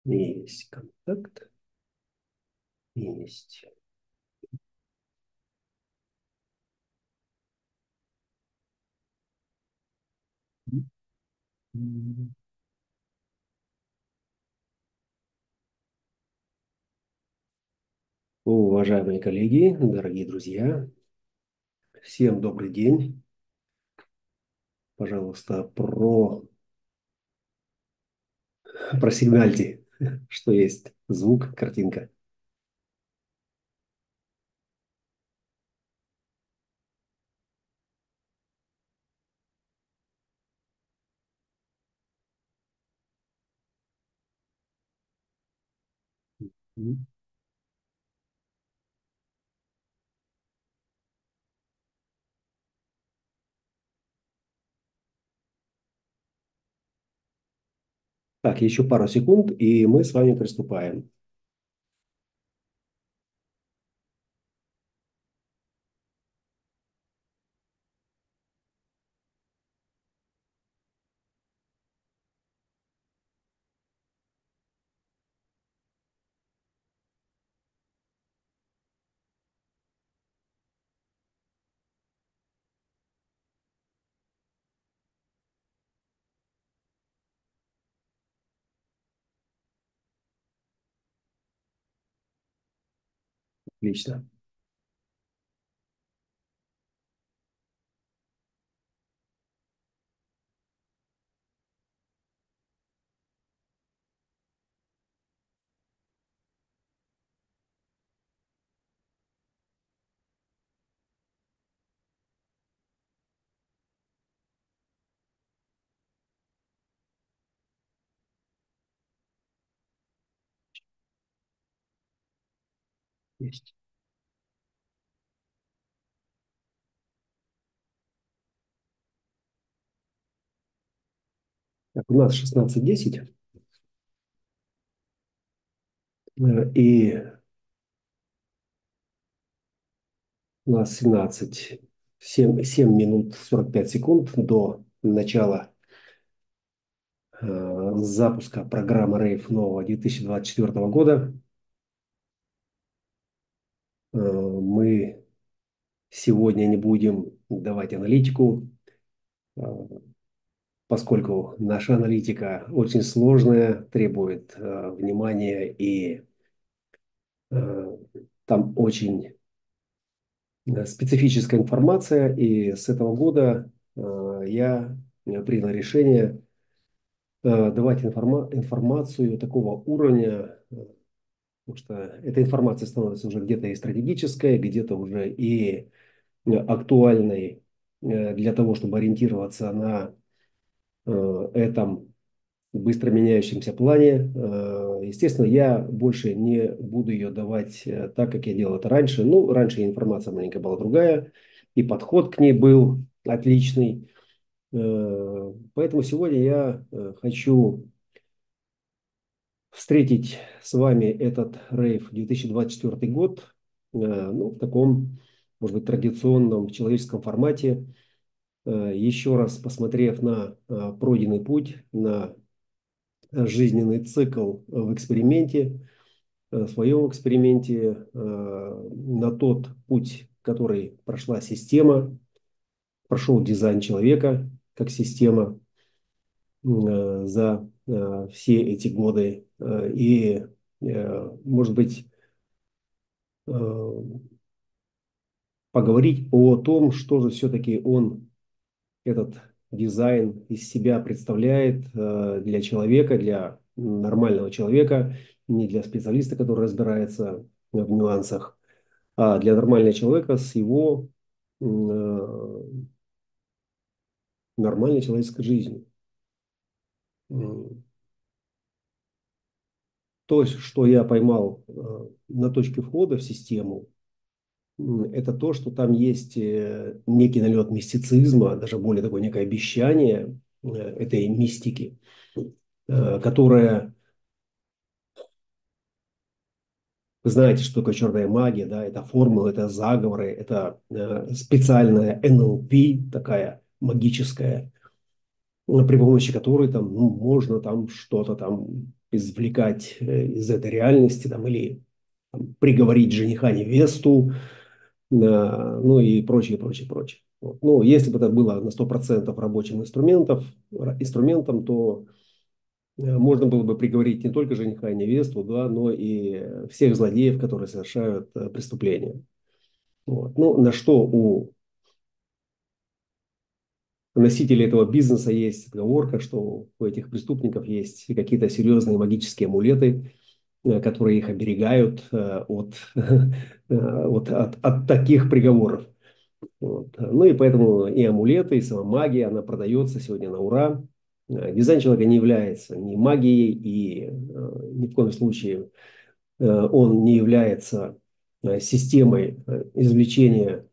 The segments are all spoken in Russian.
Есть контакт. Есть. Уважаемые коллеги, дорогие друзья, всем добрый день. Пожалуйста, просигнальте, что есть звук, картинка. Мгм. Так, еще пару секунд, и мы с вами приступаем. Отлично. Есть. Так, у нас 16:10, и у нас 7 минут 45 секунд до начала запуска программы Рейв нового 2024 года. Мы сегодня не будем давать аналитику, э, поскольку наша аналитика очень сложная, требует внимания, и э, там очень специфическая информация. И с этого года я принял решение давать информацию такого уровня, потому что эта информация становится уже где-то и стратегической, где-то уже и актуальной для того, чтобы ориентироваться на этом быстро меняющемся плане. Естественно, я больше не буду ее давать так, как я делал это раньше. Ну, раньше информация маленько была другая, и подход к ней был отличный. Поэтому сегодня я хочу встретить с вами этот рейв 2024 год, ну, в таком, может быть, традиционном человеческом формате, еще раз посмотрев на пройденный путь, на жизненный цикл в эксперименте, в своем эксперименте, на тот путь, который прошла система, прошел дизайн человека как система за все эти годы. И, может быть, э, поговорить о том, что же все-таки он, этот дизайн, из себя представляет для человека, для нормального человека, не для специалиста, который разбирается в нюансах, а для нормального человека с его нормальной человеческой жизнью. То, что я поймал на точке входа в систему, это то, что там есть некий налет мистицизма, даже более такое некое обещание этой мистики, которая, вы знаете, что такое черная магия, да, это формулы, это заговоры, это специальная НЛП, такая магическая, при помощи которой там, ну, можно там что-то там извлекать из этой реальности там, или там, приговорить жениха невесту, ну и прочее, прочее, прочее. Вот. Ну, если бы это было на 100% рабочим инструментом, то можно было бы приговорить не только жениха и невесту, да, но и всех злодеев, которые совершают преступления. Вот. Ну, на что у носителей этого бизнеса есть отговорка, что у этих преступников есть какие-то серьезные магические амулеты, которые их оберегают от таких приговоров. Вот. Ну и поэтому и амулеты, и сама магия, она продается сегодня на ура. Дизайн человека не является ни магией, и ни в коем случае он не является системой извлечения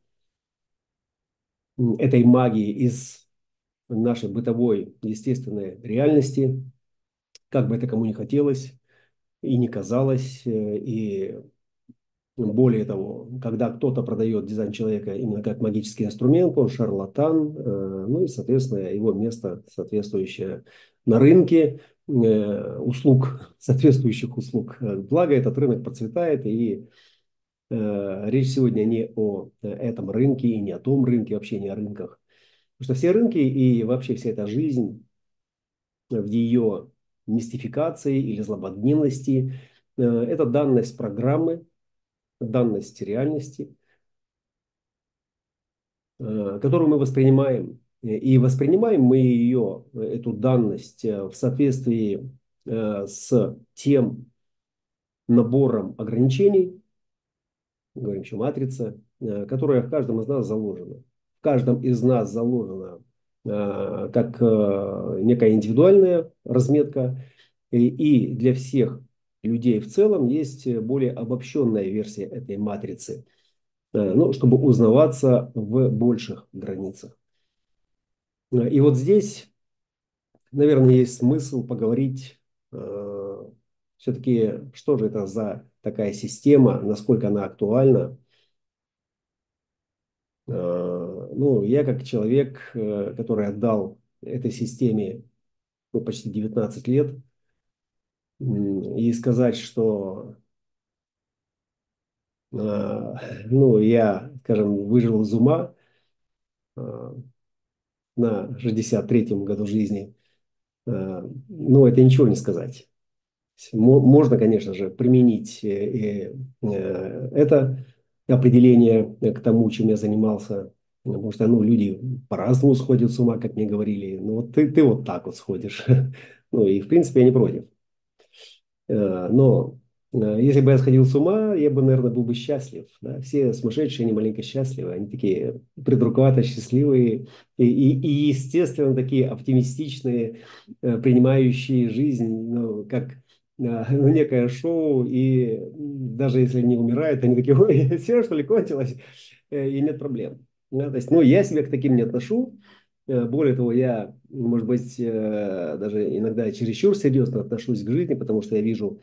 этой магии из нашей бытовой естественной реальности, как бы это кому не хотелось и не казалось. И более того, когда кто-то продает дизайн человека именно как магический инструмент, он шарлатан, ну и, соответственно, его место соответствующее на рынке услуг, соответствующих услуг. Благо, этот рынок процветает, и речь сегодня не о этом рынке и не о том рынке, вообще не о рынках. Потому что все рынки и вообще вся эта жизнь в ее мистификации или злободневности это данность программы, данность реальности, которую мы воспринимаем. И воспринимаем мы ее, эту данность, в соответствии с тем набором ограничений, говорим еще матрица, которая в каждом из нас заложена. В каждом из нас заложена как некая индивидуальная разметка, и для всех людей в целом есть более обобщенная версия этой матрицы, ну, чтобы узнаваться в больших границах. И вот здесь, наверное, есть смысл поговорить все-таки, что же это за такая система, насколько она актуальна. Ну, я как человек, который отдал этой системе ну, почти 19 лет, и сказать, что ну, я, скажем, выжил из ума э, на 63-м году жизни, ну, это ничего не сказать. Можно, конечно же, применить это определение к тому, чем я занимался, потому что ну, люди по-разному сходят с ума, как мне говорили. Ну, вот ты вот так вот сходишь. Ну, и, в принципе, я не против. Но если бы я сходил с ума, я бы, наверное, был бы счастлив. Да? Все сумасшедшие, они маленько счастливы. Они такие придурковато счастливые и, естественно, такие оптимистичные, принимающие жизнь ну, как ну, некое шоу. И даже если они умирают, они такие, ой, все, что ли, кончилось? И нет проблем. Да? То есть, ну, я себя к таким не отношу. Более того, я, может быть, даже иногда чересчур серьезно отношусь к жизни, потому что я вижу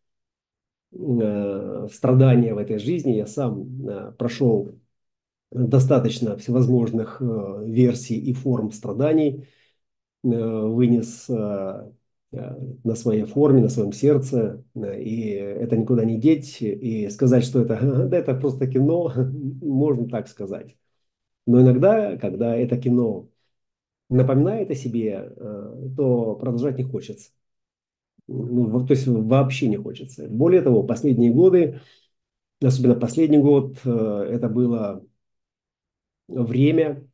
страдания в этой жизни. Я сам прошел достаточно всевозможных версий и форм страданий, вынес на своей форме, на своем сердце, и это никуда не деть. И сказать, что это, да, это просто кино, можно так сказать. Но иногда, когда это кино напоминает о себе, то продолжать не хочется. Ну, то есть вообще не хочется. Более того, последние годы, особенно последний год, это было время,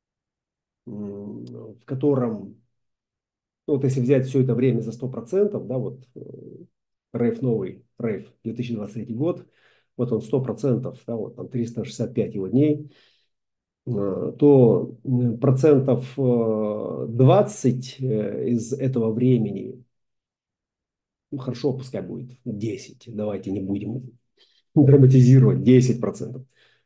в котором, ну, вот если взять все это время за 100%, да, вот рейв новый, рейв 2023 год, вот он 100%, да, вот там 365 его дней, то процентов 20 из этого времени, ну хорошо, пускай будет 10, давайте не будем драматизировать, 10%.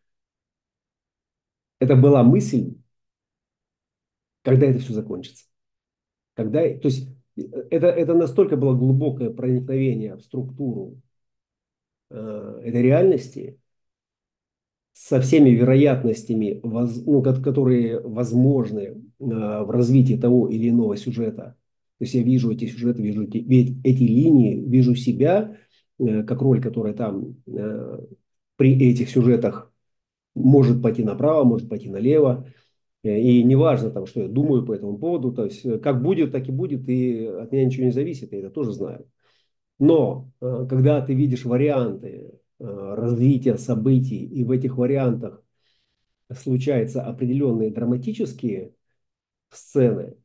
Это была мысль, когда это все закончится. Когда, то есть это настолько было глубокое проникновение в структуру этой реальности со всеми вероятностями, ну, которые возможны в развитии того или иного сюжета, То есть я вижу эти сюжеты, вижу эти линии, вижу себя, как роль, которая там при этих сюжетах может пойти направо, может пойти налево. И неважно, там, что я думаю по этому поводу. То есть как будет, так и будет, и от меня ничего не зависит, я это тоже знаю. Но когда ты видишь варианты развития событий, и в этих вариантах случаются определенные драматические сцены,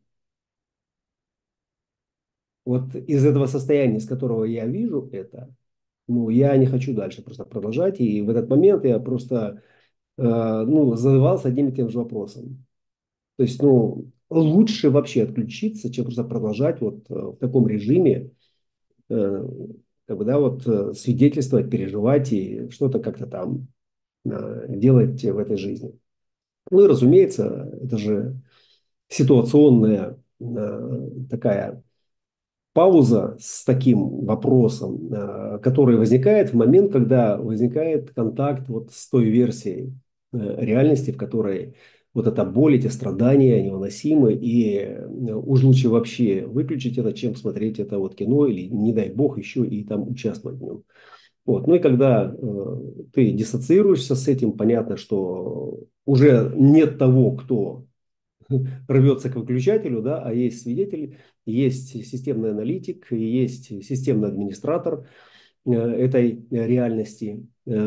вот из этого состояния, из которого я вижу это, ну, я не хочу дальше просто продолжать. И в этот момент я просто ну, задавался одним и тем же вопросом. То есть, ну, лучше вообще отключиться, чем просто продолжать вот в таком режиме, э, как бы, да, вот свидетельствовать, переживать и что-то как-то там делать в этой жизни. Ну и разумеется, это же ситуационная такая пауза с таким вопросом, который возникает в момент, когда возникает контакт вот с той версией реальности, в которой вот эта боль, эти страдания невыносимы, и уж лучше вообще выключить это, чем смотреть это вот кино или, не дай бог, еще и там участвовать в нем. Вот. Ну и когда ты диссоциируешься с этим, понятно, что уже нет того, кто рвется к выключателю, да, а есть свидетель, есть системный аналитик, есть системный администратор этой реальности,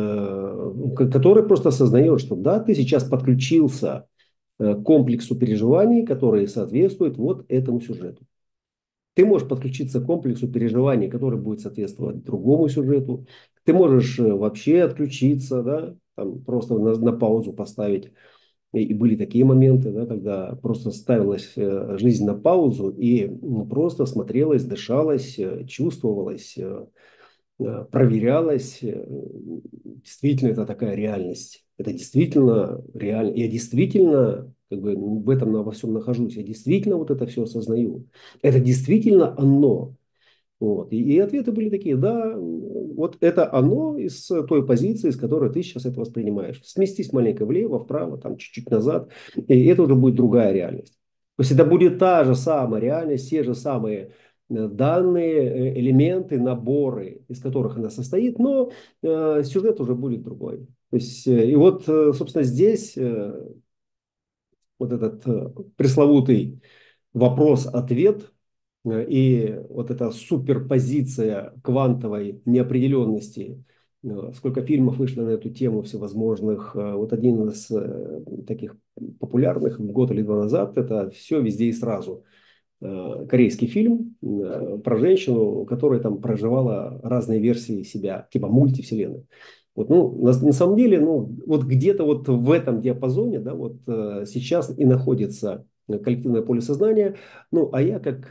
который просто осознает, что да, ты сейчас подключился к комплексу переживаний, которые соответствуют вот этому сюжету. Ты можешь подключиться к комплексу переживаний, который будет соответствовать другому сюжету. Ты можешь вообще отключиться, да, там просто на паузу поставить. И были такие моменты, да, когда просто ставилась жизнь на паузу и просто смотрелась, дышалась, чувствовалась, проверялась. Действительно, это такая реальность. Это действительно реально. Я действительно как бы, в этом во всем нахожусь. Я действительно вот это все осознаю. Это действительно оно. Вот. И ответы были такие, да, вот это оно из той позиции, с которой ты сейчас это воспринимаешь. Сместись маленько влево, вправо, там чуть-чуть назад, и это уже будет другая реальность. То есть это будет та же самая реальность, те же самые данные, элементы, наборы, из которых она состоит, но сюжет уже будет другой. То есть, и вот, собственно, здесь вот этот пресловутый вопрос-ответ и вот эта суперпозиция квантовой неопределенности. Сколько фильмов вышло на эту тему всевозможных. Вот один из таких популярных год или два назад, это «Все везде и сразу». Корейский фильм про женщину, которая там проживала разные версии себя, типа мультивселенной. Вот, ну, на самом деле, ну, вот где-то вот в этом диапазоне, да, вот сейчас и находится коллективное поле сознания. Ну, а я как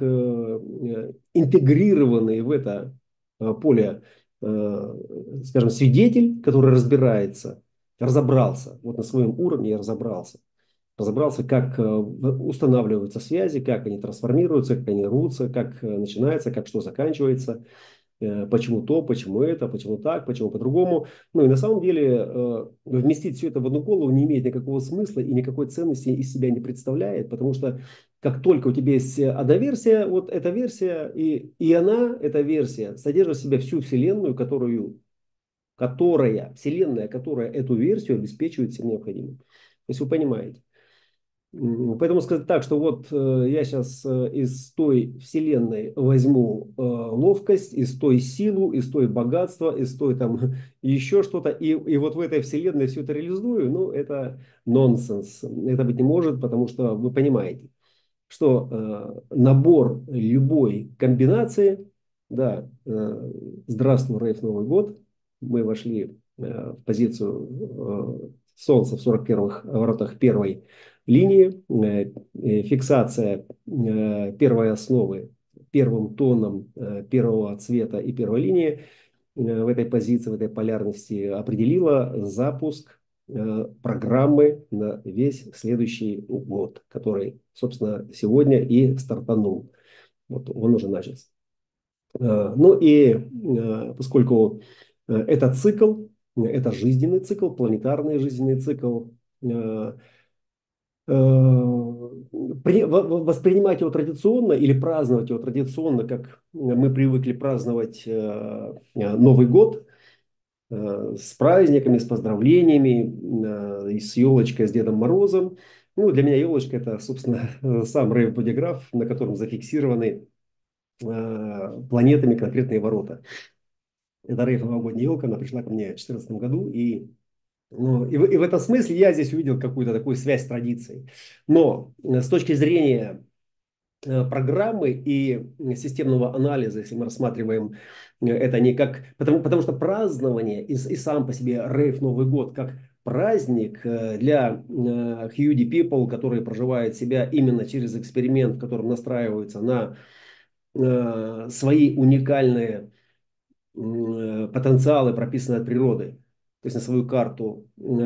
интегрированный в это поле, скажем, свидетель, который разбирается, разобрался, вот на своем уровне я разобрался, как устанавливаются связи, как они трансформируются, как они рвутся, как начинается, как что заканчивается, почему то, почему это, почему так, почему по-другому. Ну и на самом деле вместить все это в одну голову не имеет никакого смысла и никакой ценности из себя не представляет, потому что как только у тебя есть одна версия, вот эта версия, и она, эта версия, содержит в себе всю Вселенную, Вселенная, которая эту версию обеспечивает всем необходимым. То есть вы понимаете. Поэтому сказать так, что вот я сейчас из той вселенной возьму ловкость, из той силу, из той богатство, из той там еще что-то, и вот в этой вселенной все это реализую, ну это нонсенс. Это быть не может, потому что вы понимаете, что набор любой комбинации, да, здравствуй, Рейф, Новый год, мы вошли в позицию Солнца в 41-х воротах первой линии, фиксация первой основы первым тоном первого цвета и первой линии в этой позиции, в этой полярности определила запуск программы на весь следующий год, который, собственно, сегодня и стартанул. Вот он уже начался. Ну и поскольку это цикл, это жизненный цикл, планетарный жизненный цикл, воспринимать его традиционно или праздновать его традиционно, как мы привыкли праздновать Новый год, с праздниками, с поздравлениями, и с елочкой, с Дедом Морозом. Ну, для меня елочка это, собственно, сам рейв-бодиграф, на котором зафиксированы планетами конкретные ворота. Это рейв новогодняя елка, она пришла ко мне в 2014 году, и, ну, и в этом смысле я здесь увидел какую-то такую связь с традицией. Но с точки зрения программы и системного анализа, если мы рассматриваем это не как... Потому что празднование и сам по себе рейв Новый год как праздник для Hudy People, которые проживают себя именно через эксперимент, в котором настраиваются на свои уникальные потенциалы, прописанные от природы, то есть на свою карту.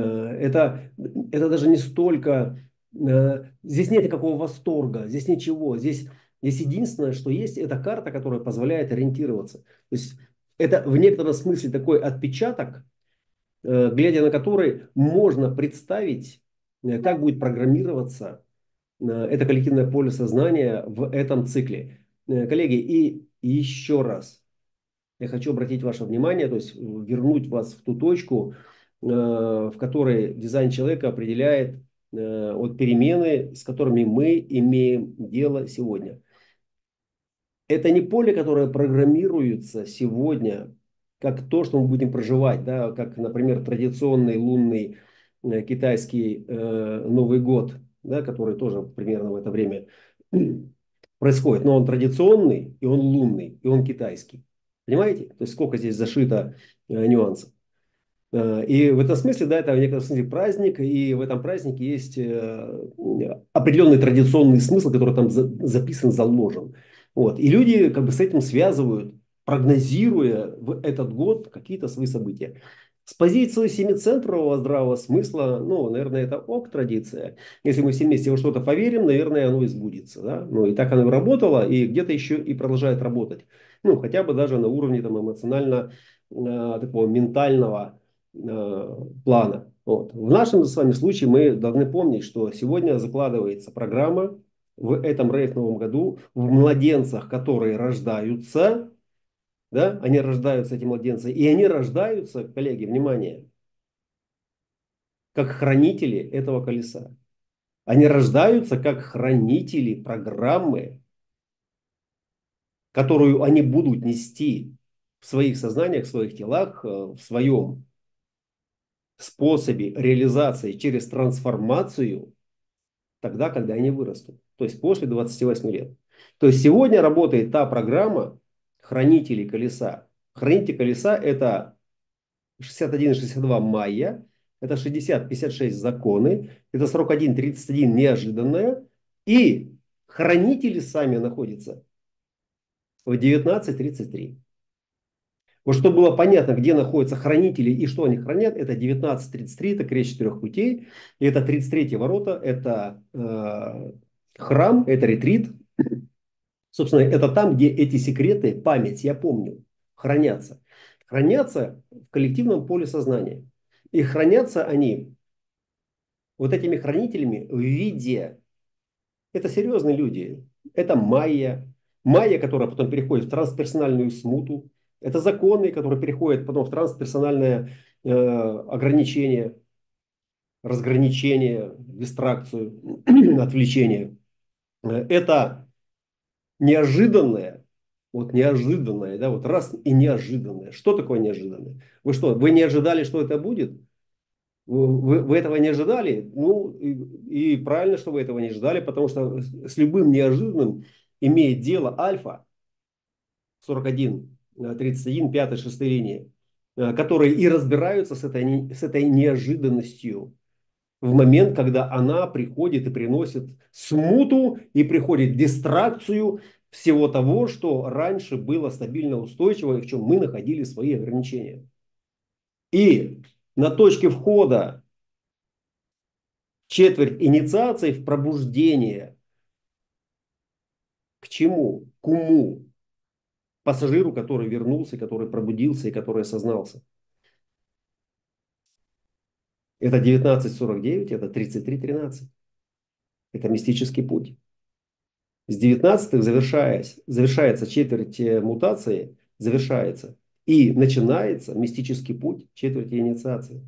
Это даже не столько... Здесь нет никакого восторга, здесь ничего. Здесь единственное, что есть, это карта, которая позволяет ориентироваться. То есть это в некотором смысле такой отпечаток, глядя на который можно представить, как будет программироваться это коллективное поле сознания в этом цикле. Коллеги, и еще раз я хочу обратить ваше внимание, то есть вернуть вас в ту точку, в которой дизайн человека определяет вот перемены, с которыми мы имеем дело сегодня. Это не поле, которое программируется сегодня, как то, что мы будем проживать, да, как, например, традиционный лунный китайский Новый год, да, который тоже примерно в это время происходит. Но он традиционный, и он лунный, и он китайский. Понимаете? То есть сколько здесь зашито нюансов. И в этом смысле, да, это в некотором смысле праздник, и в этом празднике есть определенный традиционный смысл, который там записан, заложен. Вот. И люди как бы с этим связывают, прогнозируя в этот год какие-то свои события. С позиции семицентрового здравого смысла, ну, наверное, это ок традиция. Если мы все вместе во что-то поверим, наверное, оно и сбудется. Да? Ну, и так оно и работало, и где-то еще и продолжает работать. Ну, хотя бы даже на уровне там, эмоционально такого ментального плана. Вот. В нашем с вами случае мы должны помнить, что сегодня закладывается программа в этом рейф-новом году в младенцах, которые рождаются, да, они рождаются, эти младенцы, и они рождаются, коллеги, внимание, как хранители этого колеса. Они рождаются как хранители программы, которую они будут нести в своих сознаниях, в своих телах, в своем способе реализации через трансформацию тогда, когда они вырастут. То есть после 28 лет. То есть сегодня работает та программа хранителей колеса. Хранители колеса это 61 и 62 майя, это 60-56 законы, это 41-31 неожиданное. И хранители сами находятся в 19-33. Вот чтобы было понятно, где находятся хранители и что они хранят, это 19.33, это крест четырех путей, и это 33 ворота, это храм, это ретрит. Собственно, это там, где эти секреты, память, я помню, хранятся. Хранятся в коллективном поле сознания. И хранятся они вот этими хранителями в виде, это серьезные люди, это майя, майя, которая потом переходит в трансперсональную смуту, это законы, которые переходят потом в трансперсональное ограничение, разграничение, дистракцию, отвлечение. Это неожиданное, вот неожиданное, да, вот раз и неожиданное. Что такое неожиданное? Вы что, вы не ожидали, что это будет? Вы этого не ожидали? Ну, и правильно, что вы этого не ожидали, потому что с любым неожиданным имеет дело альфа 41, 31, 5, 6 линии, которые и разбираются с этой неожиданностью в момент, когда она приходит и приносит смуту и приходит дистракцию всего того, что раньше было стабильно устойчиво и в чем мы находили свои ограничения. И на точке входа четверть инициации в пробуждение. К чему? К уму. Пассажиру, который вернулся, который пробудился и который осознался. Это 19.49, это 33.13. Это мистический путь. С 19-х завершается четверть мутации, завершается. И начинается мистический путь четверти инициации.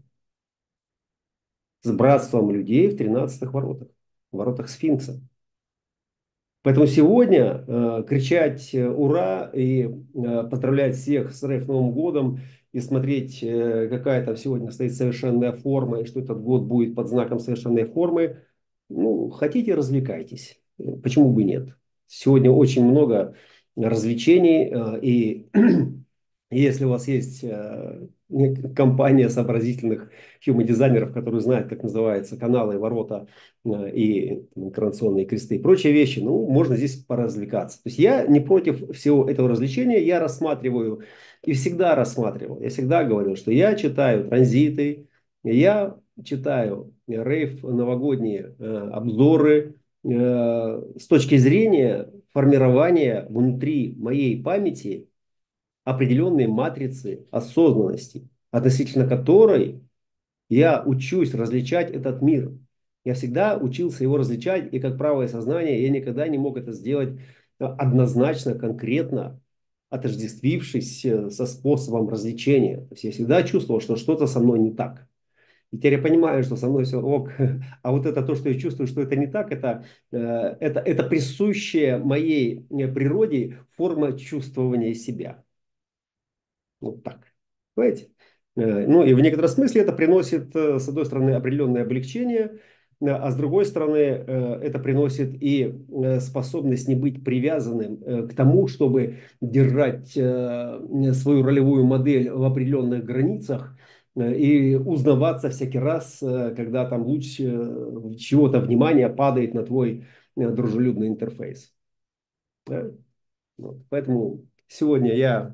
С братством людей в 13-х воротах. Воротах сфинкса. Поэтому сегодня кричать «Ура!» и поздравлять всех с Новым годом и смотреть, какая там сегодня стоит совершенная форма, и что этот год будет под знаком совершенной формы, ну, хотите, развлекайтесь. Почему бы нет? Сегодня очень много развлечений, и если у вас есть компания сообразительных human-дизайнеров, которые знают, как называются каналы, ворота и инкарнационные кресты и прочие вещи, ну, можно здесь поразвлекаться. То есть я не против всего этого развлечения, я рассматриваю и всегда рассматривал, я всегда говорил, что я читаю транзиты, я читаю рейв новогодние обзоры с точки зрения формирования внутри моей памяти определенные матрицы осознанности, относительно которой я учусь различать этот мир. Я всегда учился его различать, и как правое сознание я никогда не мог это сделать однозначно, конкретно, отождествившись со способом развлечения. То есть я всегда чувствовал, что что-то со мной не так. И теперь я понимаю, что со мной все ок, а вот это то, что я чувствую, что это не так, это присущая моей природе форма чувствования себя. Вот так. Понимаете? Ну и в некотором смысле это приносит, с одной стороны, определенное облегчение, а с другой стороны, это приносит и способность не быть привязанным к тому, чтобы держать свою ролевую модель в определенных границах и узнаваться всякий раз, когда там луч чего-то внимания падает на твой дружелюбный интерфейс. Да? Вот. Поэтому сегодня я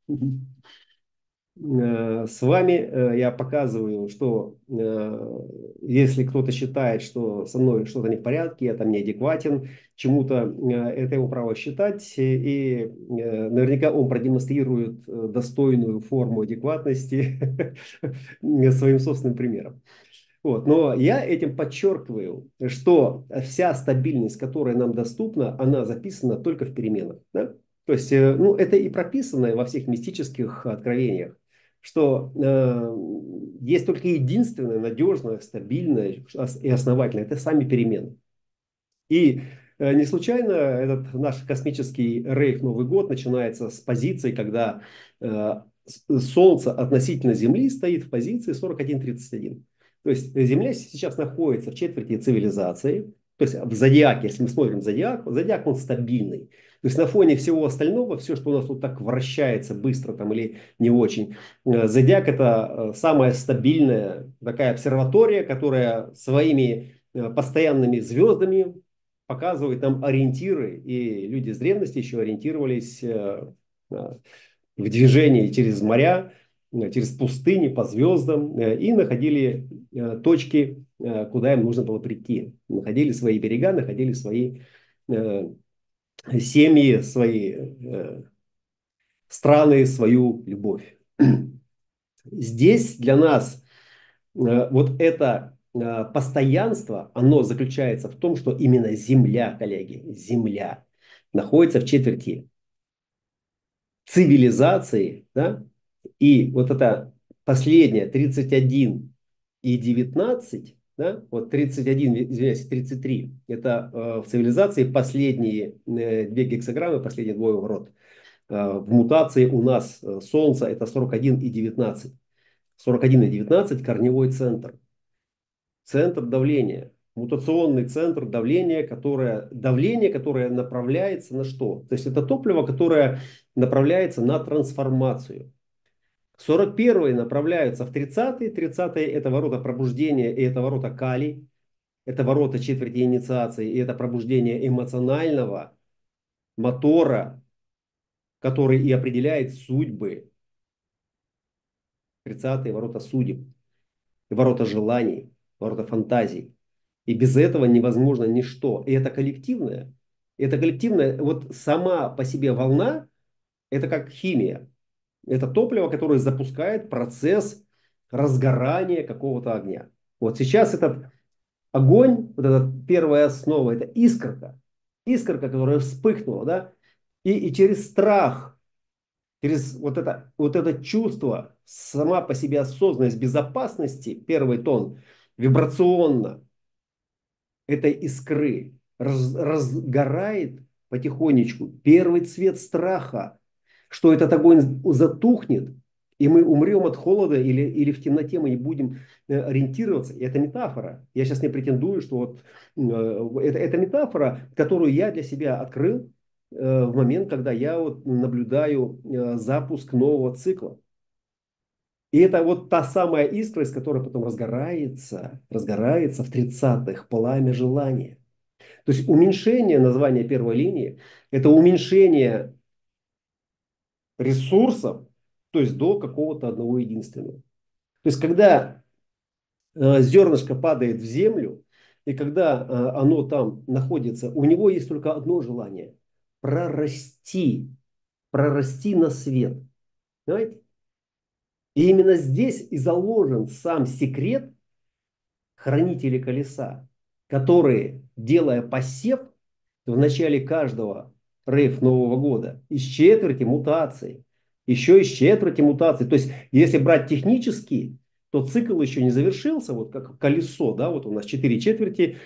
с вами я показываю, что если кто-то считает, что со мной что-то не в порядке, я там неадекватен, чему-то это его право считать, и наверняка он продемонстрирует достойную форму адекватности своим собственным примером. Вот. Но я этим подчеркиваю, что вся стабильность, которая нам доступна, она записана только в переменах. Да? То есть, ну, это и прописано во всех мистических откровениях, что есть только единственное, надежное, стабильное и основательное – это сами перемены. И не случайно этот наш космический рейх Новый год начинается с позиции, когда Солнце относительно Земли стоит в позиции 41-31. То есть Земля сейчас находится в четверти цивилизации. То есть в зодиаке, если мы смотрим зодиак он стабильный. То есть на фоне всего остального, все, что у нас тут так вращается быстро там, или не очень, зодиак это самая стабильная такая обсерватория, которая своими постоянными звездами показывает нам ориентиры. И люди с древности еще ориентировались в движении через моря, через пустыни, по звездам и находили точки, куда им нужно было прийти. Находили свои берега, находили свои семьи, свои страны, свою любовь. Здесь для нас вот это постоянство, оно заключается в том, что именно Земля, коллеги, Земля находится в четверти цивилизации, да, и вот это последнее 31 и 19, да, вот 31, извиняюсь, 33, это в цивилизации последние две гексаграммы, последние двое ворот. В мутации у нас Солнце это 41 и 19. 41 и 19 корневой центр. Центр давления. Мутационный центр давление, которое направляется на что? То есть это топливо, которое направляется на трансформацию. 41-е направляются в 30-е. 30-е это ворота пробуждения и это ворота калий. Это ворота четверти инициации и это пробуждение эмоционального мотора, который и определяет судьбы. 30-е ворота судеб, ворота желаний, ворота фантазий. И без этого невозможно ничто. И это коллективное. Это коллективное, вот сама по себе волна, это как химия. Это топливо, которое запускает процесс разгорания какого-то огня. Вот сейчас этот огонь, вот эта первая основа, это искорка. искорка, которая вспыхнула, да, и через страх, через вот это чувство, сама по себе осознанность безопасности, первый тон, вибрационно этой искры разгорает потихонечку первый цвет страха, что этот огонь затухнет, и мы умрем от холода или в темноте мы не будем ориентироваться. И это метафора. Я сейчас не претендую, что вот, это метафора, которую я для себя открыл в момент, когда я вот наблюдаю запуск нового цикла. И это вот та самая искра, из которой потом разгорается в 30-х пламя желания. То есть уменьшение названия первой линии — это уменьшение ресурсов, то есть до какого-то одного единственного. То есть когда зернышко падает в землю, и когда оно там находится, у него есть только одно желание — прорасти, прорасти на свет. Понимаете? И именно здесь и заложен сам секрет хранителей колеса, которые, делая посев в начале каждого рейв Нового года, из четверти мутаций, еще из четверти мутаций. То есть, если брать технически, то цикл еще не завершился, вот как колесо, да, вот у нас 4 четверти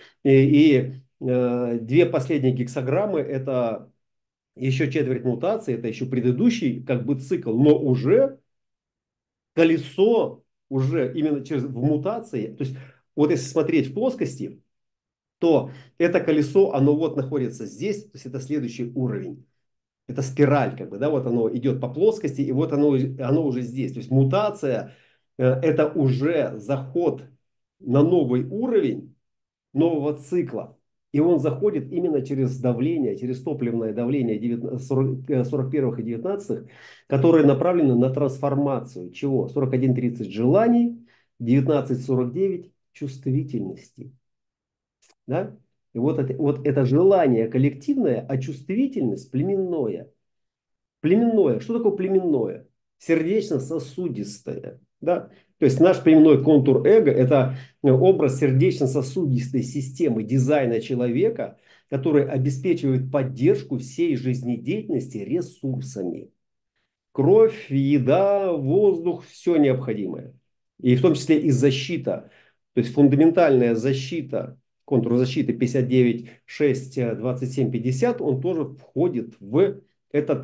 две последние гексограммы — это еще четверть мутации, это еще предыдущий как бы цикл, но уже колесо уже именно в мутации, то есть вот если смотреть в плоскости, то это колесо, оно вот находится здесь, то есть это следующий уровень. Это спираль, как бы, да, вот оно идет по плоскости, и вот оно уже здесь. То есть мутация это уже заход на новый уровень нового цикла. И он заходит именно через давление, через топливное давление 41-х и 19-х, которые направлены на трансформацию чего? 41-30 желаний, 19-49 чувствительности. Да? И вот это желание коллективное, а чувствительность племенное. Племенное. Что такое племенное? Сердечно-сосудистое. Да? То есть наш племенной контур эго — это образ сердечно-сосудистой системы дизайна человека, который обеспечивает поддержку всей жизнедеятельности ресурсами. Кровь, еда, воздух — все необходимое. И в том числе и защита. То есть фундаментальная защита, контур защиты 59, 6, 27, 50, он тоже входит в этот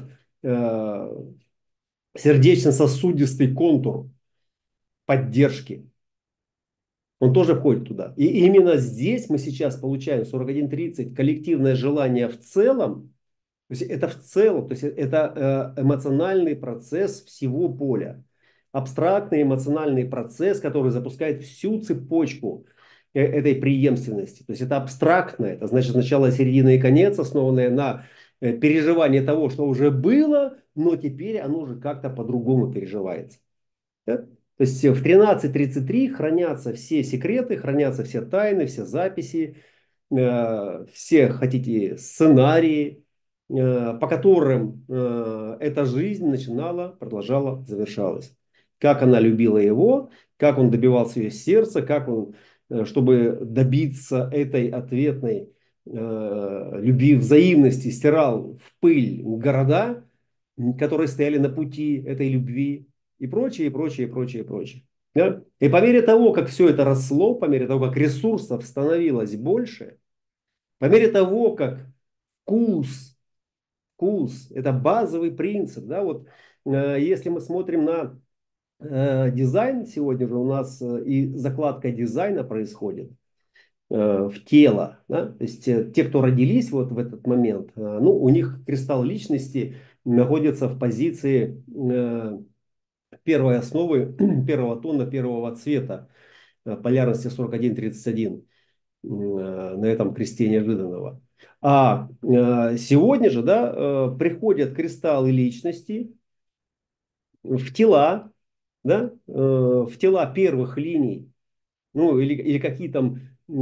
сердечно-сосудистый контур поддержки. Он тоже входит туда. И именно здесь мы сейчас получаем 41-30 коллективное желание в целом. То есть это в целом, то есть это эмоциональный процесс всего поля. Абстрактный эмоциональный процесс, который запускает всю цепочку этой преемственности. То есть это абстрактное, это значит начало, середина и конец, основанное на переживании того, что уже было, но теперь оно уже как-то по-другому переживается. Да? То есть в 13:33 хранятся все секреты, хранятся все тайны, все записи, все, хотите, сценарии, по которым эта жизнь начинала, продолжала, завершалась. Как она любила его, как он добивался ее сердца, как он, чтобы добиться этой ответной любви, взаимности, стирал в пыль города, которые стояли на пути этой любви, и прочее, и прочее, и прочее, и прочее. Да? И по мере того, как все это росло, по мере того, как ресурсов становилось больше, по мере того, как вкус, вкус — это базовый принцип. Да? Вот, если мы смотрим на дизайн, сегодня же у нас и закладка дизайна происходит в тело. Да? То есть те, кто родились вот в этот момент, ну, у них кристалл личности находится в позиции первой основы, первого тона, первого цвета, полярности 41-31 на этом кресте неожиданного. А сегодня же, да, приходят кристаллы личности в тела, да, в тела первых линий, ну или какие там,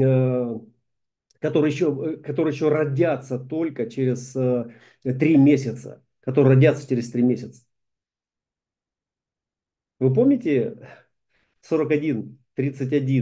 которые еще родятся только через 3 месяца, которые родятся через 3 месяца. Вы помните 41-31?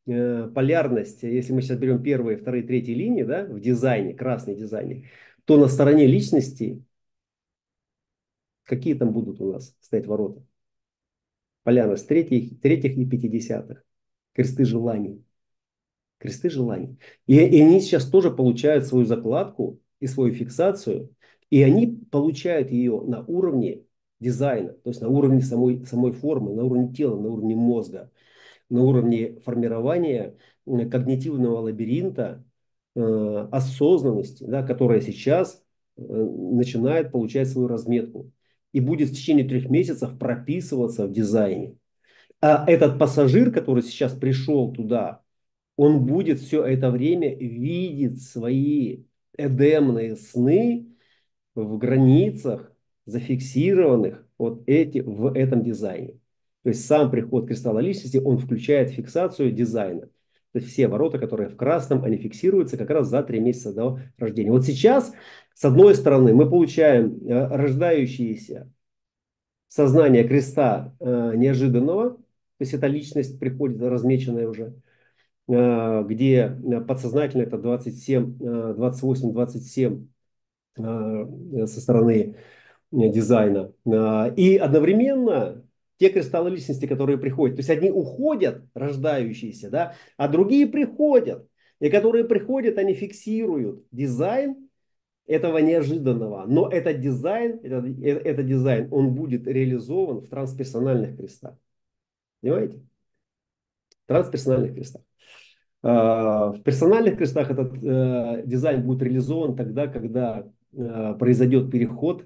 полярность, если мы сейчас берем первые, вторые, третьи линии, да, в дизайне, красный дизайне, то на стороне личности какие там будут у нас стоять ворота? Полярность третьих и пятидесятых. Кресты желаний. Кресты желаний. И они сейчас тоже получают свою закладку и свою фиксацию. И они получают ее на уровне дизайна, то есть на уровне самой формы, на уровне тела, на уровне мозга, на уровне формирования когнитивного лабиринта, осознанности, да, которая сейчас начинает получать свою разметку и будет в течение 3 месяцев прописываться в дизайне. А этот пассажир, который сейчас пришел туда, он будет все это время видеть свои эдемные сны в границах, зафиксированных в этом дизайне. То есть сам приход кристалла личности, он включает фиксацию дизайна. То есть все ворота, которые в красном, они фиксируются как раз за 3 месяца до рождения. Вот сейчас, с одной стороны, мы получаем рождающиеся сознание креста неожиданного, то есть эта личность приходит размеченная уже, где подсознательно это 27, 28, 27 со стороны дизайна. И одновременно те кристаллы личности, которые приходят, то есть одни уходят, рождающиеся, да, а другие приходят. И которые приходят, они фиксируют дизайн этого неожиданного. Но этот дизайн, он будет реализован в трансперсональных крестах. Понимаете? Трансперсональных крестах. В персональных крестах этот дизайн будет реализован тогда, когда произойдет переход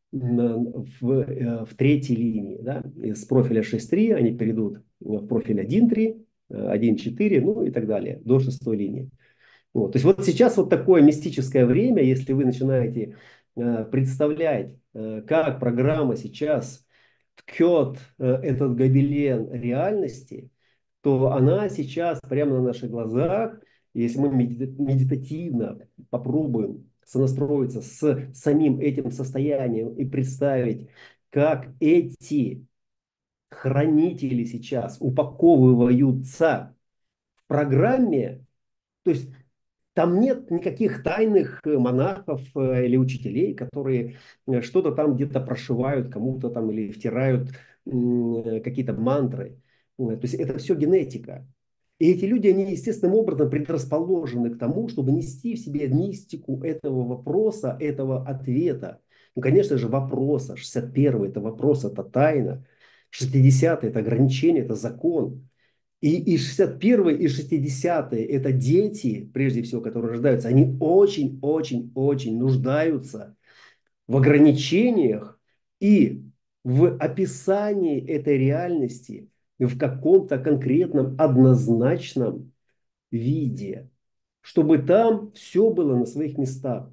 в третьей линии. Да? Из профиля 6.3 они перейдут в профиль 1.3, 1.4, ну и так далее, до шестой линии. Вот. То есть вот сейчас вот такое мистическое время, если вы начинаете представлять, как программа сейчас ткет этот гобелен реальности, то она сейчас прямо на наших глазах, если мы медитативно попробуем сонастроиться с самим этим состоянием и представить, как эти хранители сейчас упаковываются в программе, то есть там нет никаких тайных монахов или учителей, которые что-то там где-то прошивают кому-то там или втирают какие-то мантры. То есть это все генетика. И эти люди, они естественным образом предрасположены к тому, чтобы нести в себе мистику этого вопроса, этого ответа. Ну, конечно же, вопроса. 61-й это вопрос, это тайна. 60-й это ограничение, это закон. И 61-е, и 60-е это дети, прежде всего, которые рождаются, они очень-очень-очень нуждаются в ограничениях и в описании этой реальности в каком-то конкретном однозначном виде, чтобы там все было на своих местах.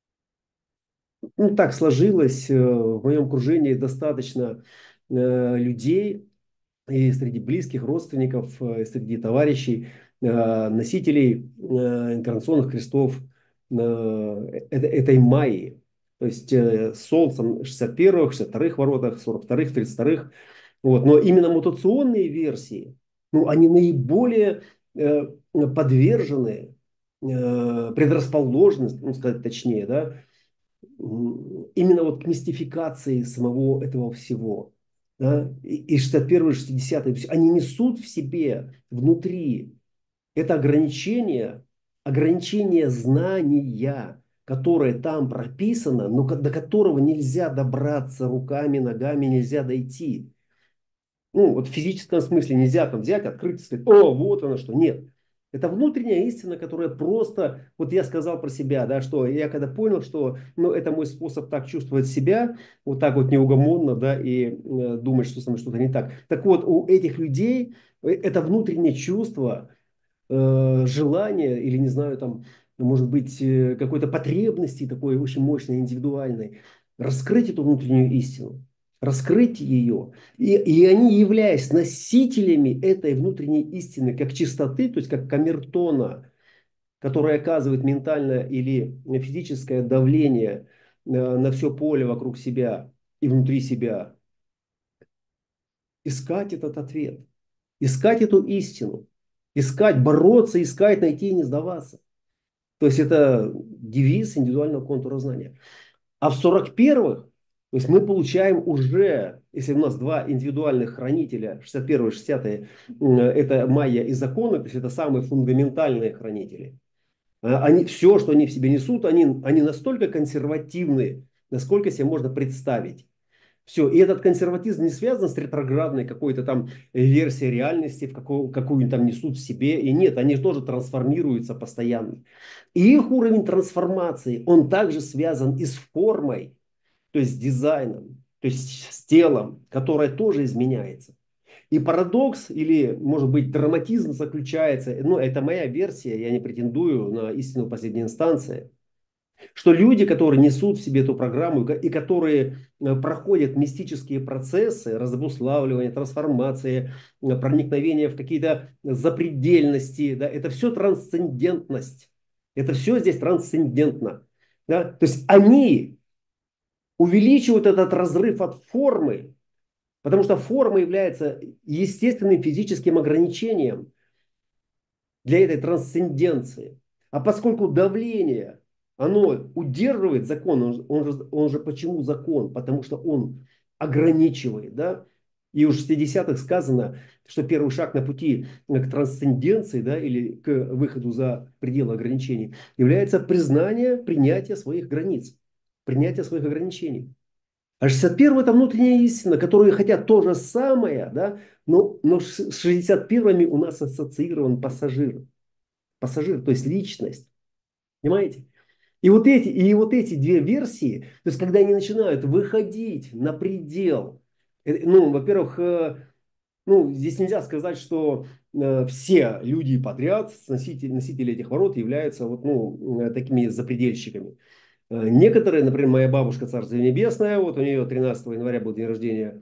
Ну, так сложилось, в моем окружении достаточно людей, и среди близких родственников, среди товарищей, носителей инкарнационных крестов этой Майи. То есть с Солнцем 61-х, 62-х воротах, 42-х, 32-х. Вот. Но именно мутационные версии, ну, они наиболее подвержены предрасположенности, ну, сказать точнее, да, именно вот к мистификации самого этого всего. Да? И 61-е, 60-е, они несут в себе внутри это ограничение, ограничение знания, которое там прописано, но до которого нельзя добраться руками, ногами, нельзя дойти. Ну, вот в физическом смысле нельзя там взять, открыть и сказать, о, вот оно что. Нет. Это внутренняя истина, которая просто, вот я сказал про себя, да, что я когда понял, что, ну, это мой способ так чувствовать себя, вот так вот неугомонно, да, и думать, что со мной что-то не так. Так вот, у этих людей это внутреннее чувство, желание или, не знаю, там, может быть, какой-то потребности такой очень мощной, индивидуальной, раскрыть эту внутреннюю истину, раскрыть ее. И они, являясь носителями этой внутренней истины, как чистоты, то есть как камертона, которая оказывает ментальное или физическое давление на все поле вокруг себя и внутри себя, искать этот ответ, искать эту истину. Искать, бороться, искать, найти и не сдаваться. То есть это девиз индивидуального контура знания. А в 41-х, то есть мы получаем уже, если у нас два индивидуальных хранителя, 61-е, 60-е, это майя и законы, то есть это самые фундаментальные хранители. Они, все, что они в себе несут, они настолько консервативны, насколько себе можно представить. Все, и этот консерватизм не связан с ретроградной какой-то там версией реальности, какую они там несут в себе. И нет, они тоже трансформируются постоянно. И их уровень трансформации, он также связан и с формой, то есть с дизайном, то есть с телом, которое тоже изменяется. И парадокс или, может быть, драматизм заключается, ну, это моя версия, я не претендую на истину последней инстанции, что люди, которые несут в себе эту программу и которые проходят мистические процессы разбуславливания, трансформации, проникновения в какие-то запредельности, да, это все трансцендентность. Это все здесь трансцендентно. Да? То есть они увеличивают этот разрыв от формы, потому что форма является естественным физическим ограничением для этой трансценденции. А поскольку давление, оно удерживает закон, он же почему закон? Потому что он ограничивает, да? И уж в 60-х сказано, что первый шаг на пути к трансценденции, да, или к выходу за пределы ограничений, является признание, принятие своих границ, принятие своих ограничений. А 61 это внутренняя истина, которые хотят то же самое, да, но с 61-ми у нас ассоциирован пассажир. Пассажир, то есть личность. Понимаете? И вот эти две версии, то есть когда они начинают выходить на предел, ну, во-первых, ну, здесь нельзя сказать, что все люди подряд, носители этих ворот, являются вот, ну, такими запредельщиками. Некоторые, например, моя бабушка, Царство Небесное, вот у нее 13 января был день рождения,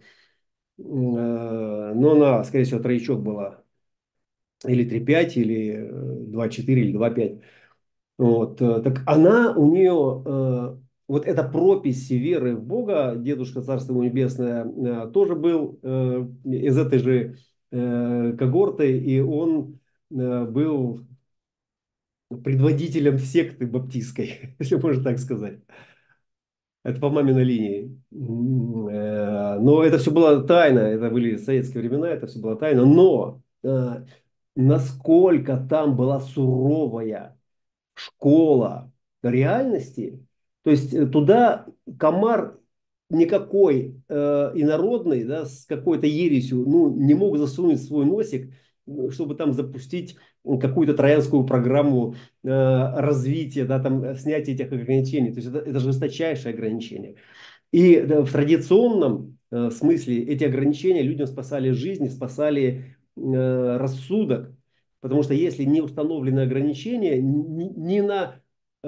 но она, скорее всего, троечок была, или 3,5, или 2,4, или 2,5. Вот, так она, у нее, вот эта пропись веры в Бога, дедушка Царство ему Небесное, тоже был из этой же когорты, и он был предводителем секты баптистской, если можно так сказать. Это по маминой линии. Но это все было тайна, это были советские времена, это все было тайна. Но насколько там была суровая школа реальности, то есть туда комар никакой инородный, да, с какой-то ересью, ну, не мог засунуть свой носик, чтобы там запустить какую-то троянскую программу развития, да, там снятия этих ограничений. То есть это жесточайшее ограничение. И да, в традиционном смысле эти ограничения людям спасали жизнь, спасали рассудок. Потому что если не установлены ограничения, не на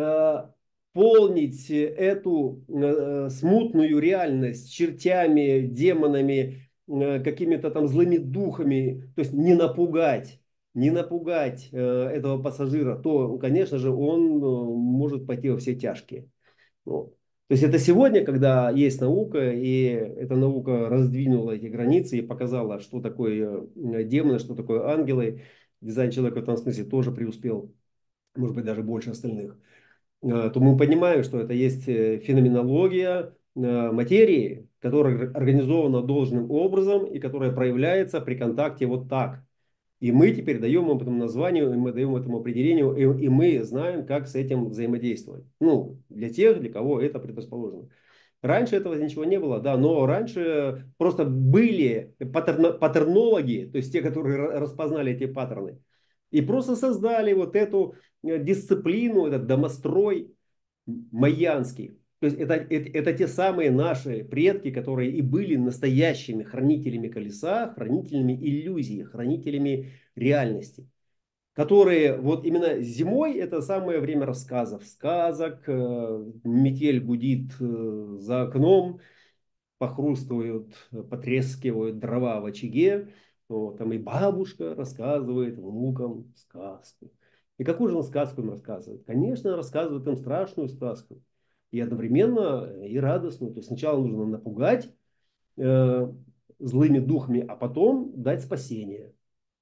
полнить эту смутную реальность чертями, демонами, какими-то там злыми духами, то есть не напугать этого пассажира, то, конечно же, он может пойти во все тяжкие. Вот. То есть это сегодня, когда есть наука, и эта наука раздвинула эти границы и показала, что такое демоны, что такое ангелы. Дизайн человека в этом смысле тоже преуспел, может быть, даже больше остальных. То мы понимаем, что это есть феноменология материи, которая организована должным образом и которая проявляется при контакте вот так. И мы теперь даем этому названию, и мы даем этому определению, и мы знаем, как с этим взаимодействовать. Ну, для тех, для кого это предрасположено. Раньше этого ничего не было, да, но раньше просто были паттернологи, то есть те, которые распознали эти паттерны, и просто создали вот эту дисциплину, этот домострой майянский. То есть это те самые наши предки, которые и были настоящими хранителями колеса, хранителями иллюзий, хранителями реальности. Которые вот именно зимой это самое время рассказов, сказок, метель гудит за окном, похрустывают, потрескивают дрова в очаге. Вот, там и бабушка рассказывает внукам сказку. И какую же он сказку им рассказывает? Конечно, рассказывает им страшную сказку. И одновременно и радостную. То есть сначала нужно напугать э, злыми духами, а потом дать спасение.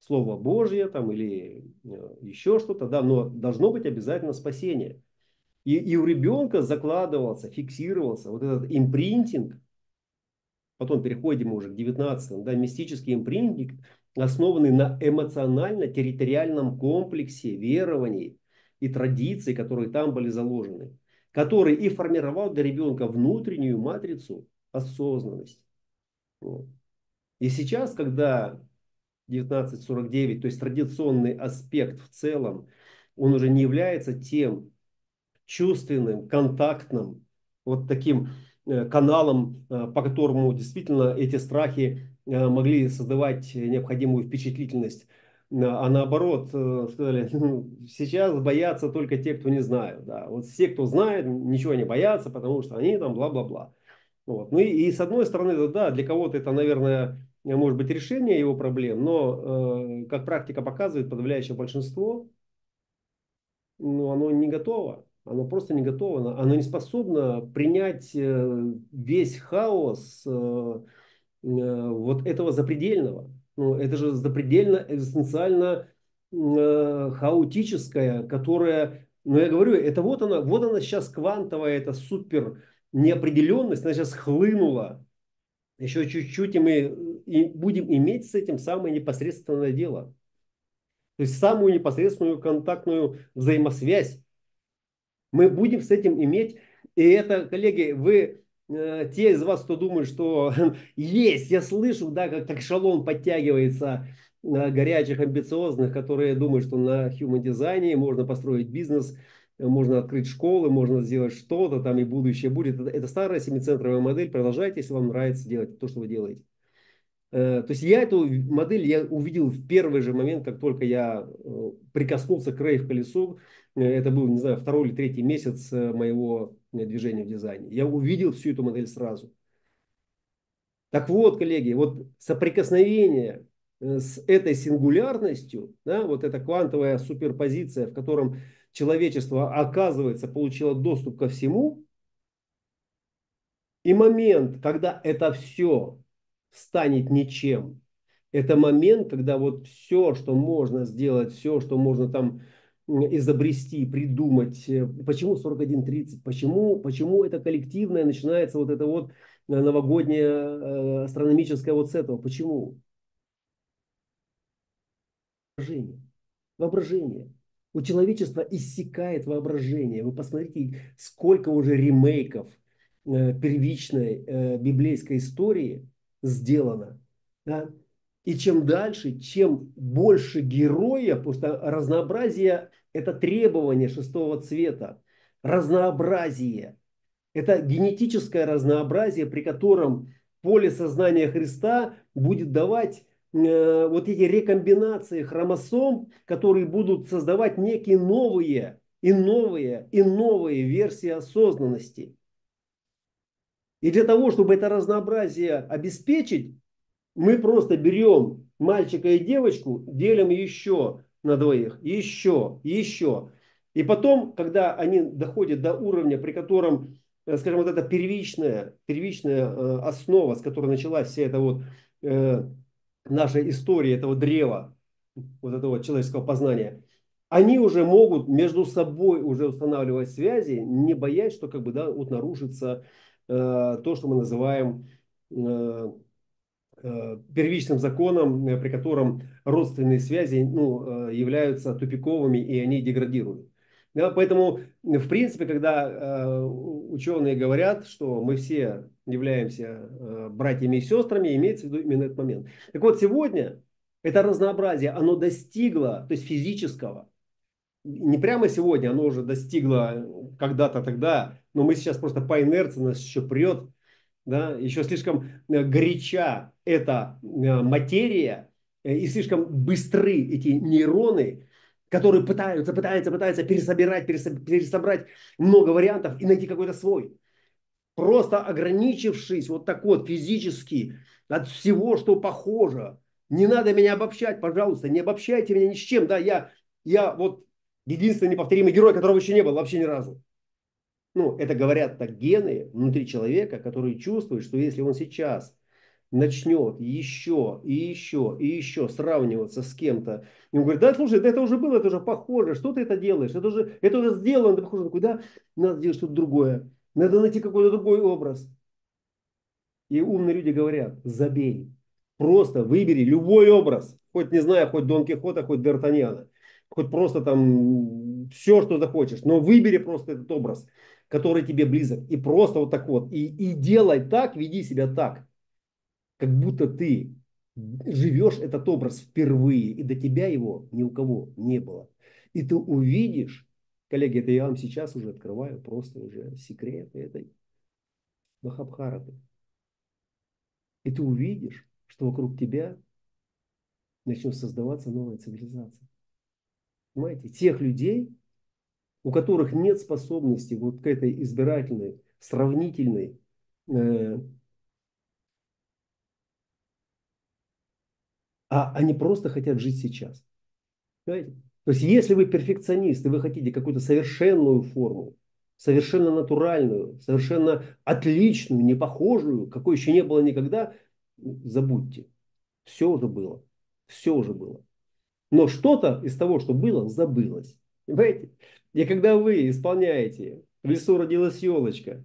Слово Божье там, или еще что-то, да, но должно быть обязательно спасение. И у ребенка закладывался, фиксировался вот этот импринтинг, потом переходим уже к 19, да, мистический импринтинг, основанный на эмоционально-территориальном комплексе верований и традиций, которые там были заложены, который и формировал для ребенка внутреннюю матрицу осознанности. Вот. И сейчас, когда 1949, то есть традиционный аспект в целом, он уже не является тем чувственным, контактным, вот таким каналом, по которому действительно эти страхи могли создавать необходимую впечатлительность. А наоборот, сказали, «Ну, сейчас боятся только те, кто не знают. Да. Вот все, кто знает, ничего не боятся, потому что они там бла-бла-бла. Вот. Ну и с одной стороны, да, для кого-то это, наверное, может быть решение его проблем, но, как практика показывает, подавляющее большинство, ну, оно не готово. Оно просто не готово. Оно не способно принять весь хаос вот этого запредельного. Ну, это же запредельно экзистенциально хаотическое, которое, ну я говорю, это вот она сейчас квантовая, это супер неопределенность, она сейчас хлынула. Еще чуть-чуть, и мы будем иметь с этим самое непосредственное дело. То есть самую непосредственную контактную взаимосвязь мы будем с этим иметь. И это, коллеги, вы, те из вас, кто думает, что есть, я слышу, да, как так эшелон подтягивается горячих, амбициозных, которые думают, что на human дизайне можно построить бизнес, можно открыть школы, можно сделать что-то, там и будущее будет. Это старая семицентровая модель. Продолжайте, если вам нравится делать то, что вы делаете. То есть я эту модель я увидел в первый же момент, как только я прикоснулся к рейв-колесу. Это был, не знаю, второй или третий месяц моего движения в дизайне. Я увидел всю эту модель сразу. Так вот, коллеги, вот соприкосновение с этой сингулярностью, да, вот эта квантовая суперпозиция, в котором человечество, оказывается, получило доступ ко всему, и момент, когда это все станет ничем, это момент, когда вот все, что можно сделать, все, что можно там изобрести, придумать. Почему 41:30? Почему это коллективное начинается вот это вот новогоднее астрономическое вот с этого? Почему? Воображение. Воображение. У человечества иссякает воображение. Вы посмотрите, сколько уже ремейков первичной библейской истории сделано. Да? И чем дальше, чем больше героя, потому что разнообразие – это требование шестого цвета. Разнообразие. Это генетическое разнообразие, при котором поле сознания Христа будет давать вот эти рекомбинации хромосом, которые будут создавать некие новые и новые и новые версии осознанности. И для того, чтобы это разнообразие обеспечить, мы просто берем мальчика и девочку, делим еще на двоих, еще, еще. И потом, когда они доходят до уровня, при котором, скажем, вот эта первичная основа, с которой началась вся эта вот наша история этого древа, вот этого человеческого познания, они уже могут между собой уже устанавливать связи, не боясь, что как бы, да, вот нарушится то, что мы называем первичным законом, при котором родственные связи ну, являются тупиковыми и они деградируют. Да, поэтому, в принципе, когда ученые говорят, что мы все являемся братьями и сестрами, имеется в виду именно этот момент. Так вот, сегодня это разнообразие, оно достигло, то есть физического, не прямо сегодня, оно уже достигло когда-то тогда, но мы сейчас просто по инерции нас еще прет, да, еще слишком горяча эта материя и слишком быстры эти нейроны, которые пытаются пересобрать много вариантов и найти какой-то свой. Просто ограничившись вот так вот физически от всего, что похоже. Не надо меня обобщать, пожалуйста, не обобщайте меня ни с чем. Да, я вот единственный неповторимый герой, которого еще не было вообще ни разу. Ну, это говорят так гены внутри человека, которые чувствуют, что если он сейчас начнет еще и еще и еще сравниваться с кем-то, и он говорит, да, слушай, да это уже было, это уже похоже, что ты это делаешь, это уже сделано, это похоже, куда надо делать что-то другое, надо найти какой-то другой образ. И умные люди говорят, забей, просто выбери любой образ, хоть не знаю, хоть Дон Кихота, хоть Д'Артаньяна, хоть просто там все, что захочешь, но выбери просто этот образ, который тебе близок, и просто вот так вот, и делай так, веди себя так, как будто ты живешь этот образ впервые, и до тебя его ни у кого не было. И ты увидишь, коллеги, это я вам сейчас уже открываю, просто уже секреты этой Махабхараты. И ты увидишь, что вокруг тебя начнет создаваться новая цивилизация. Понимаете? Тех людей, у которых нет способности вот к этой избирательной, сравнительной, э, а они просто хотят жить сейчас. Понимаете? То есть, если вы перфекционист, и вы хотите какую-то совершенную форму, совершенно натуральную, совершенно отличную, не похожую, какой еще не было никогда, забудьте. Все уже было. Все уже было. Но что-то из того, что было, забылось. Понимаете? И когда вы исполняете «В лесу родилась елочка»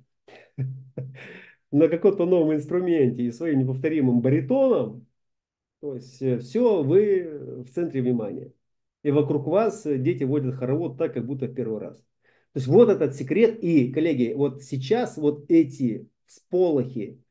на каком-то новом инструменте и своим неповторимым баритоном, то есть все, вы в центре внимания. И вокруг вас дети водят хоровод так, как будто в первый раз. То есть вот этот секрет. И, коллеги, вот сейчас вот эти всполохи,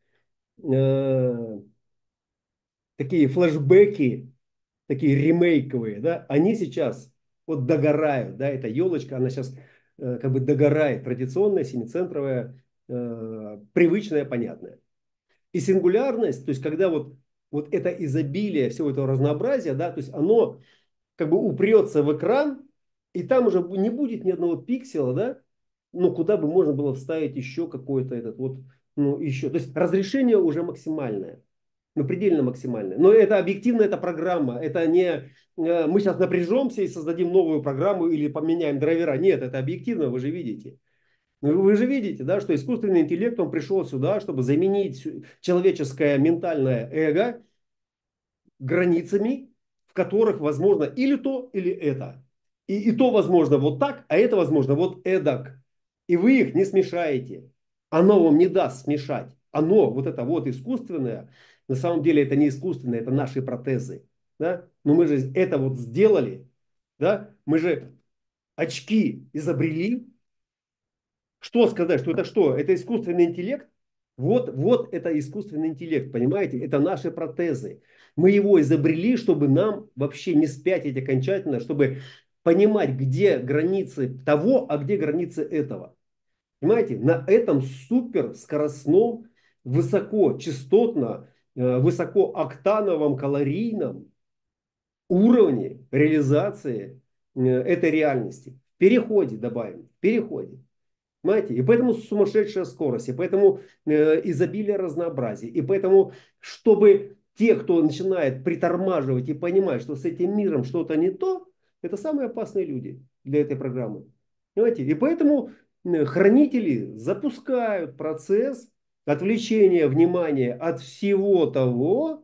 э, такие флешбеки, такие ремейковые, да, они сейчас вот догорают, да, эта елочка, она сейчас как бы догорает, традиционная, семицентровая, привычная, понятная. И сингулярность, то есть когда вот это изобилие, всего этого разнообразия, да, то есть оно как бы упрется в экран, и там уже не будет ни одного пикселя, да, ну, куда бы можно было вставить еще какой-то этот вот, ну, еще. То есть разрешение уже максимальное, ну, предельно максимальное. Но это объективно, это программа, это не мы сейчас напряжемся и создадим новую программу или поменяем драйвера. Нет, это объективно, вы же видите. Вы же видите, да, что искусственный интеллект, он пришел сюда, чтобы заменить человеческое ментальное эго границами, в которых возможно или то, или это. И то возможно вот так, а это возможно вот эдак. И вы их не смешаете. Оно вам не даст смешать. Оно, вот это вот искусственное, на самом деле это не искусственное, это наши протезы. Да? Но мы же это вот сделали. Да? Мы же очки изобрели. Что сказать, что это что? Это искусственный интеллект? Вот это искусственный интеллект, понимаете? Это наши протезы. Мы его изобрели, чтобы нам вообще не спятить окончательно, чтобы понимать, где границы того, а где границы этого. Понимаете? На этом супер скоростном, высокочастотно, высокооктановом, калорийном уровне реализации этой реальности. В переходе добавим, в переходе. Понимаете? И поэтому сумасшедшая скорость, и поэтому изобилие разнообразия, и поэтому, чтобы те, кто начинает притормаживать и понимать, что с этим миром что-то не то, это самые опасные люди для этой программы. Понимаете? И поэтому хранители запускают процесс отвлечения внимания от всего того,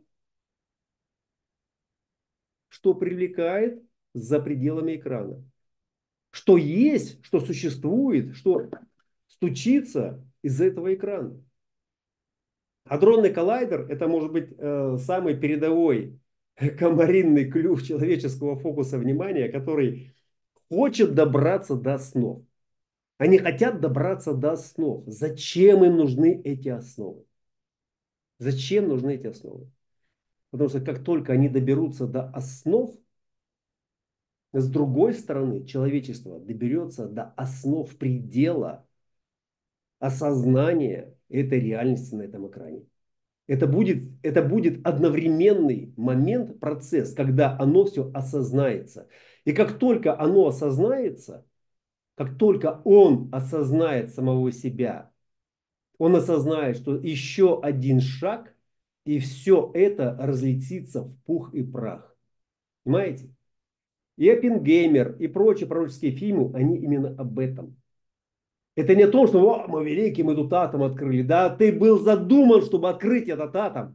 что привлекает за пределами экрана. Что есть, что существует, что стучится из этого экрана. Адронный коллайдер — это может быть самый передовой комаринный клюв человеческого фокуса внимания, который хочет добраться до основ. Они хотят добраться до основ. Зачем им нужны эти основы? Зачем нужны эти основы? Потому что как только они доберутся до основ, с другой стороны, человечество доберется до основ предела осознания этой реальности на этом экране. Это будет одновременный момент, процесс, когда оно все осознается. И как только оно осознается, как только он осознает самого себя, он осознает, что еще один шаг, и все это разлетится в пух и прах. Понимаете? И Оппенгеймер, и прочие пророческие фильмы, они именно об этом. Это не то, что мы великие, мы тут атом открыли. Да, ты был задуман, чтобы открыть этот атом.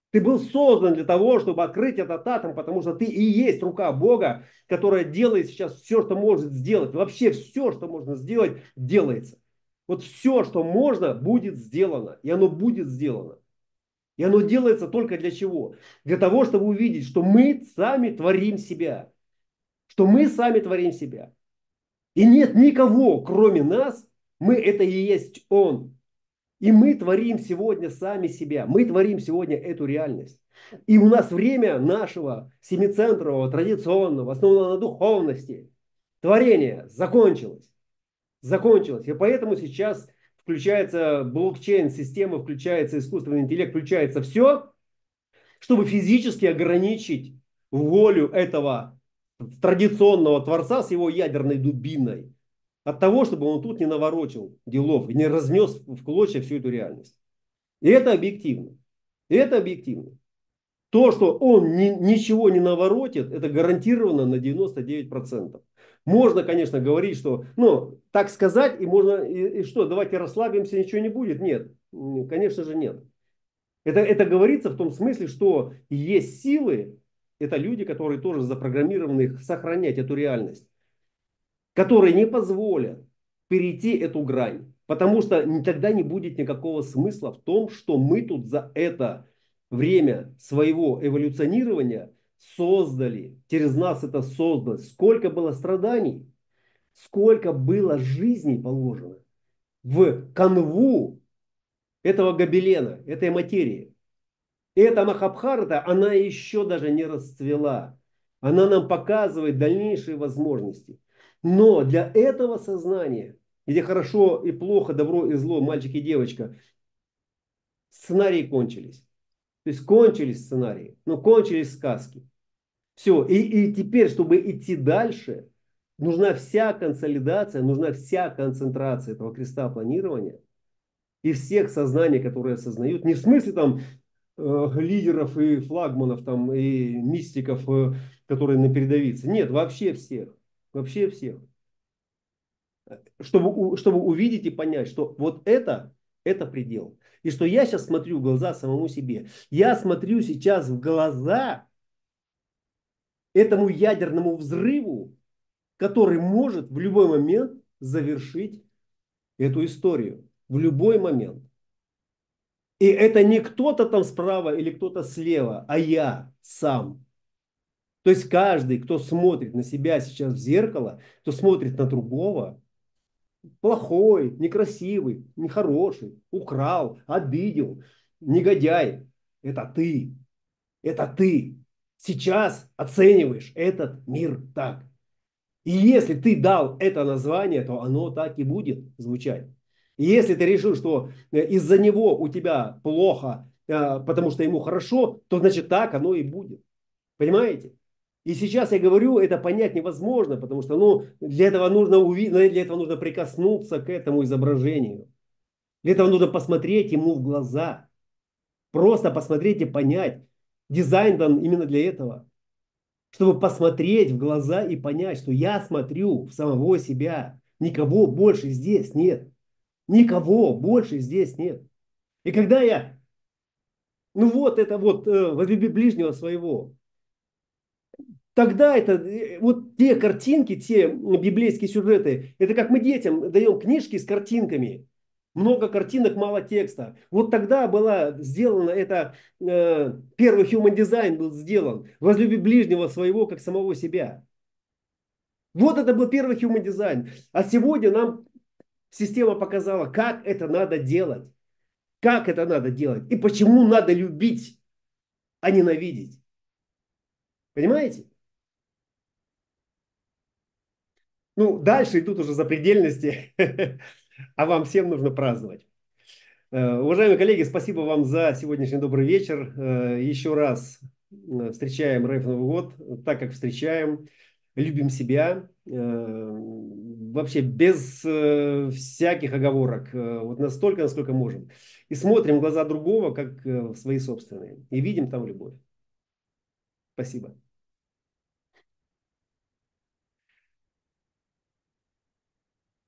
Ты был создан для того, чтобы открыть этот атом, потому что ты и есть рука Бога, которая делает сейчас все, что может сделать. Вообще все, что можно сделать, делается. Вот все, что можно, будет сделано. И оно будет сделано. И оно делается только для чего? Для того, чтобы увидеть, что мы сами творим себя. Что мы сами творим себя. И нет никого, кроме нас. Мы это и есть Он. И мы творим сегодня сами себя. Мы творим сегодня эту реальность. И у нас время нашего семицентрового, традиционного, основанного на духовности, творения закончилось. Закончилось. И поэтому сейчас включается блокчейн, система, включается искусственный интеллект, включается все, чтобы физически ограничить волю этого традиционного творца с его ядерной дубиной. От того, чтобы он тут не наворочил делов и не разнес в клочья всю эту реальность. И это объективно. И это объективно. То, что он ничего не наворотит, это гарантированно на 99%. Можно, конечно, говорить, что, ну, так сказать, и можно, и что, давайте расслабимся, ничего не будет. Нет, конечно же нет. Это говорится в том смысле, что есть силы, это люди, которые тоже запрограммированы сохранять эту реальность, которые не позволят перейти эту грань. Потому что тогда не будет никакого смысла в том, что мы тут за это время своего эволюционирования создали. Через нас это создано. Сколько было страданий, сколько было жизней положено в канву этого гобелена, этой материи. И эта Махабхарата, она еще даже не расцвела. Она нам показывает дальнейшие возможности. Но для этого сознания, где хорошо и плохо, добро и зло, мальчик и девочка, сценарии кончились. То есть кончились сценарии, но кончились сказки. Все. И теперь, чтобы идти дальше, нужна вся консолидация, нужна вся концентрация этого креста планирования и всех сознаний, которые осознают. Не в смысле там лидеров и флагманов там и мистиков, которые на передовице. Нет, вообще всех. Вообще всех. Чтобы увидеть и понять, что вот это предел. И что я сейчас смотрю в глаза самому себе. Я смотрю сейчас в глаза этому ядерному взрыву, который может в любой момент завершить эту историю. В любой момент. И это не кто-то там справа или кто-то слева, а я сам. То есть каждый, кто смотрит на себя сейчас в зеркало, кто смотрит на другого, плохой, некрасивый, нехороший, украл, обидел, негодяй, это ты. Это ты. Сейчас оцениваешь этот мир так. И если ты дал это название, то оно так и будет звучать. И если ты решил, что из-за него у тебя плохо, потому что ему хорошо, то значит так оно и будет. Понимаете? И сейчас я говорю, это понять невозможно, потому что ну, для этого нужно увидеть, для этого нужно прикоснуться к этому изображению. Для этого нужно посмотреть ему в глаза. Просто посмотреть и понять. Дизайн дан именно для этого. Чтобы посмотреть в глаза и понять, что я смотрю в самого себя. Никого больше здесь нет. Никого больше здесь нет. И когда я, ну вот это вот, возлюби ближнего своего, тогда это, вот те картинки, те библейские сюжеты, это как мы детям даем книжки с картинками. Много картинок, мало текста. Вот тогда была сделана это, первый human design был сделан. Возлюби ближнего своего, как самого себя. Вот это был первый human design. А сегодня нам система показала, как это надо делать. Как это надо делать. И почему надо любить, а ненавидеть. Понимаете? Ну, дальше идут уже запредельности, а вам всем нужно праздновать. Уважаемые коллеги, спасибо вам за сегодняшний добрый вечер. Еще раз встречаем РФ Новый год, так как встречаем, любим себя, вообще без всяких оговорок, вот настолько, насколько можем. И смотрим в глаза другого, как в свои собственные, и видим там любовь. Спасибо.